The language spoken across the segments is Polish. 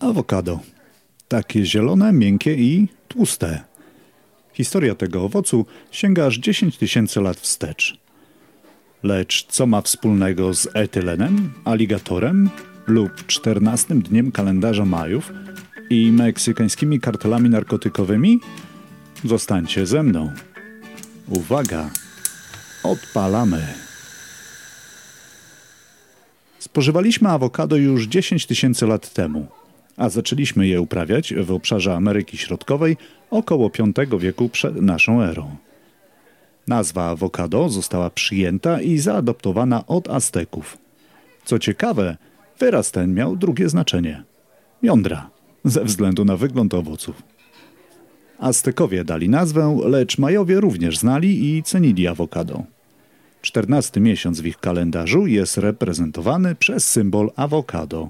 Awokado. Takie zielone, miękkie i tłuste. Historia tego owocu sięga aż 10 000 lat wstecz. Lecz co ma wspólnego z etylenem, aligatorem lub 14 dniem kalendarza Majów i meksykańskimi kartelami narkotykowymi? Zostańcie ze mną. Uwaga! Odpalamy! Spożywaliśmy awokado już 10 000 lat temu, a zaczęliśmy je uprawiać w obszarze Ameryki Środkowej około V wieku przed naszą erą. Nazwa awokado została przyjęta i zaadoptowana od Azteków. Co ciekawe, wyraz ten miał drugie znaczenie – jądra, ze względu na wygląd owoców. Aztekowie dali nazwę, lecz Majowie również znali i cenili awokado. 14 miesiąc w ich kalendarzu jest reprezentowany przez symbol awokado.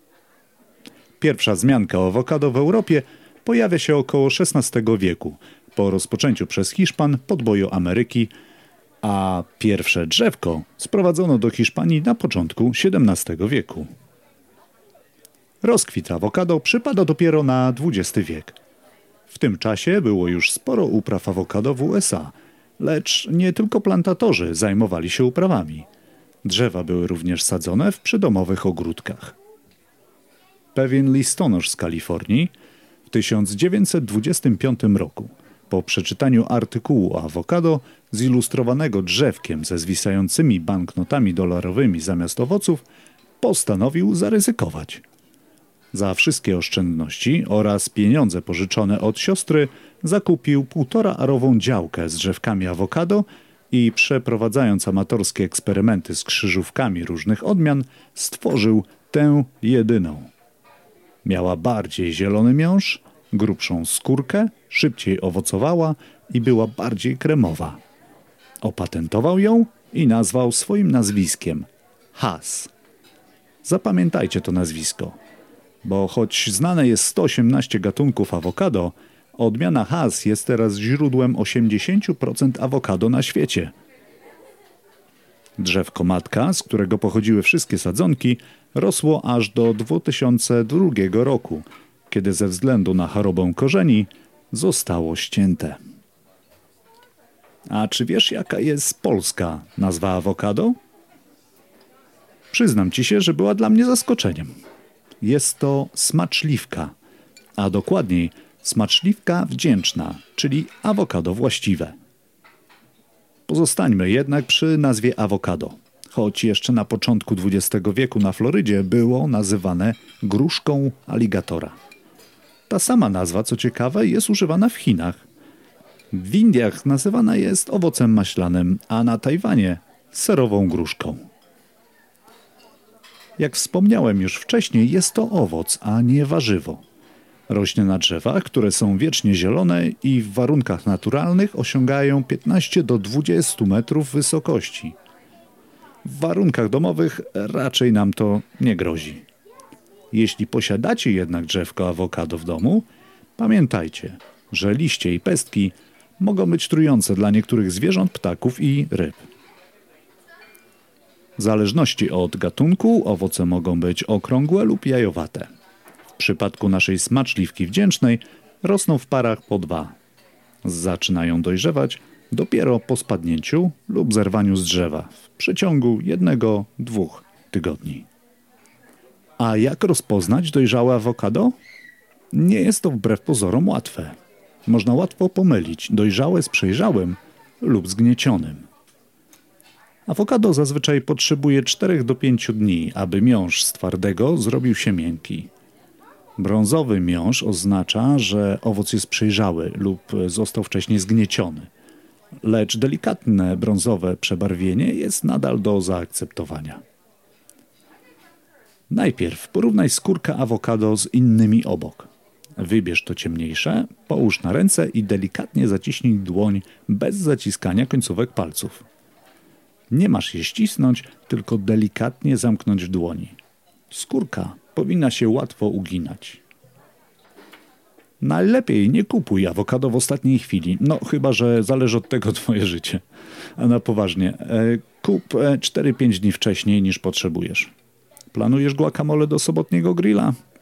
Pierwsza wzmianka o awokado w Europie pojawia się około XVI wieku, po rozpoczęciu przez Hiszpan podboju Ameryki, a pierwsze drzewko sprowadzono do Hiszpanii na początku XVII wieku. Rozkwit awokado przypada dopiero na XX wiek. W tym czasie było już sporo upraw awokado w USA, lecz nie tylko plantatorzy zajmowali się uprawami. Drzewa były również sadzone w przydomowych ogródkach. Pewien listonosz z Kalifornii w 1925 roku po przeczytaniu artykułu o awokado zilustrowanego drzewkiem ze zwisającymi banknotami dolarowymi zamiast owoców postanowił zaryzykować. Za wszystkie oszczędności oraz pieniądze pożyczone od siostry zakupił 1,5-arową działkę z drzewkami awokado i przeprowadzając amatorskie eksperymenty z krzyżówkami różnych odmian stworzył tę jedyną. Miała bardziej zielony miąższ, grubszą skórkę, szybciej owocowała i była bardziej kremowa. Opatentował ją i nazwał swoim nazwiskiem Hass. Zapamiętajcie to nazwisko, bo choć znane jest 118 gatunków awokado, odmiana Hass jest teraz źródłem 80% awokado na świecie. Drzewko matka, z którego pochodziły wszystkie sadzonki, rosło aż do 2002 roku, kiedy ze względu na chorobę korzeni zostało ścięte. A czy wiesz, jaka jest polska nazwa awokado? Przyznam ci się, że była dla mnie zaskoczeniem. Jest to smaczliwka, a dokładniej smaczliwka wdzięczna, czyli awokado właściwe. Pozostańmy jednak przy nazwie awokado, choć jeszcze na początku XX wieku na Florydzie było nazywane gruszką aligatora. Ta sama nazwa, co ciekawe, jest używana w Chinach. W Indiach nazywana jest owocem maślanym, a na Tajwanie serową gruszką. Jak wspomniałem już wcześniej, jest to owoc, a nie warzywo. Rośnie na drzewach, które są wiecznie zielone i w warunkach naturalnych osiągają 15 do 20 metrów wysokości. W warunkach domowych raczej nam to nie grozi. Jeśli posiadacie jednak drzewko awokado w domu, pamiętajcie, że liście i pestki mogą być trujące dla niektórych zwierząt, ptaków i ryb. W zależności od gatunku owoce mogą być okrągłe lub jajowate. W przypadku naszej smaczliwki wdzięcznej rosną w parach po 2. Zaczynają dojrzewać dopiero po spadnięciu lub zerwaniu z drzewa w przeciągu 1-2 tygodni. A jak rozpoznać dojrzałe awokado? Nie jest to wbrew pozorom łatwe. Można łatwo pomylić dojrzałe z przejrzałym lub zgniecionym. Awokado zazwyczaj potrzebuje 4 do 5 dni, aby miąższ z twardego zrobił się miękki. Brązowy miąższ oznacza, że owoc jest przejrzały lub został wcześniej zgnieciony, lecz delikatne brązowe przebarwienie jest nadal do zaakceptowania. Najpierw porównaj skórkę awokado z innymi obok. Wybierz to ciemniejsze, połóż na ręce i delikatnie zaciśnij dłoń bez zaciskania końcówek palców. Nie masz je ścisnąć, tylko delikatnie zamknąć w dłoni. Skórka powinna się łatwo uginać. Najlepiej nie kupuj awokado w ostatniej chwili, no chyba że zależy od tego twoje życie. A na poważnie, kup 4-5 dni wcześniej niż potrzebujesz. Planujesz guacamole do sobotniego grilla?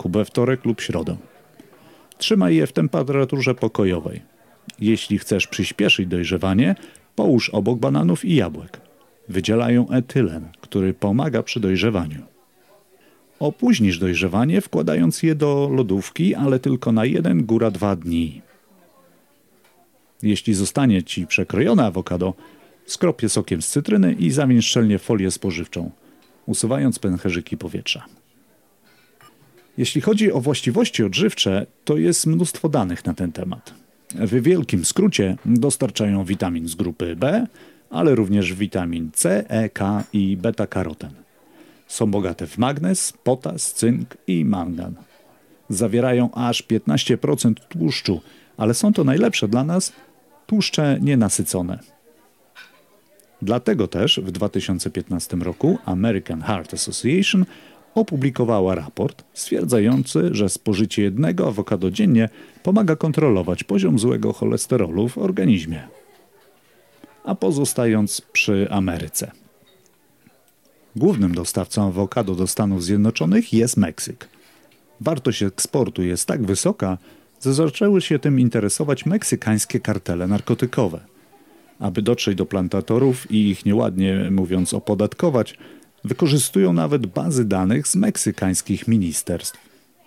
we wtorek lub środę. Trzymaj je w temperaturze pokojowej. Jeśli chcesz przyspieszyć dojrzewanie, połóż obok bananów i jabłek. Wydzielają etylen, który pomaga przy dojrzewaniu. Opóźnisz dojrzewanie, wkładając je do lodówki, ale tylko na 1, góra 2 dni. Jeśli zostanie Ci przekrojone awokado, skrop je sokiem z cytryny i zawień szczelnie w folię spożywczą, usuwając pęcherzyki powietrza. Jeśli chodzi o właściwości odżywcze, to jest mnóstwo danych na ten temat. W wielkim skrócie dostarczają witamin z grupy B, ale również witamin C, E, K i beta-karoten. Są bogate w magnez, potas, cynk i mangan. Zawierają aż 15% tłuszczu, ale są to najlepsze dla nas tłuszcze nienasycone. Dlatego też w 2015 roku American Heart Association opublikowała raport stwierdzający, że spożycie jednego awokado dziennie pomaga kontrolować poziom złego cholesterolu w organizmie. A pozostając przy Ameryce. Głównym dostawcą awokado do Stanów Zjednoczonych jest Meksyk. Wartość eksportu jest tak wysoka, że zaczęły się tym interesować meksykańskie kartele narkotykowe. Aby dotrzeć do plantatorów i ich nieładnie mówiąc opodatkować, wykorzystują nawet bazy danych z meksykańskich ministerstw.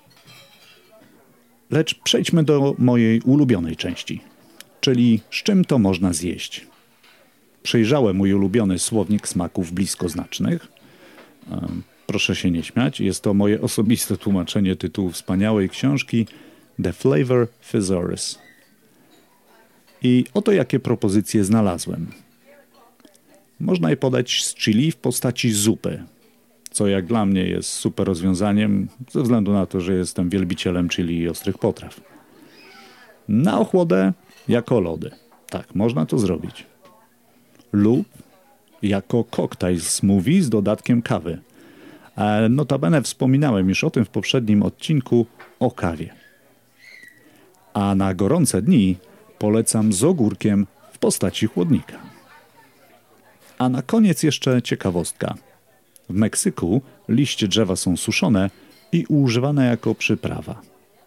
Lecz przejdźmy do mojej ulubionej części, czyli z czym to można zjeść. Przejrzałem mój ulubiony słownik smaków bliskoznacznych. Proszę się nie śmiać, jest to moje osobiste tłumaczenie tytułu wspaniałej książki The Flavor Thesaurus. I oto jakie propozycje znalazłem. Można je podać z chili w postaci zupy, co jak dla mnie jest super rozwiązaniem, ze względu na to, że jestem wielbicielem chili i ostrych potraw. Na ochłodę jako lody. Tak, można to zrobić. Lub jako koktajl smoothie z dodatkiem kawy. Notabene wspominałem już o tym w poprzednim odcinku o kawie. A na gorące dni polecam z ogórkiem w postaci chłodnika. A na koniec jeszcze ciekawostka. W Meksyku liście drzewa są suszone i używane jako przyprawa.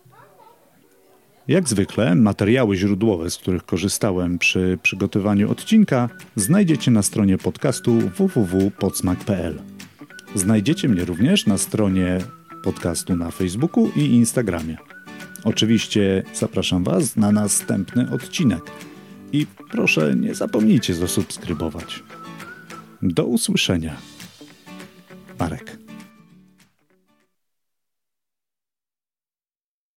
Jak zwykle materiały źródłowe, z których korzystałem przy przygotowaniu odcinka, znajdziecie na stronie podcastu www.podsmak.pl. Znajdziecie mnie również na stronie podcastu na Facebooku i Instagramie. Oczywiście zapraszam Was na następny odcinek i proszę nie zapomnijcie zasubskrybować. Do usłyszenia. Marek.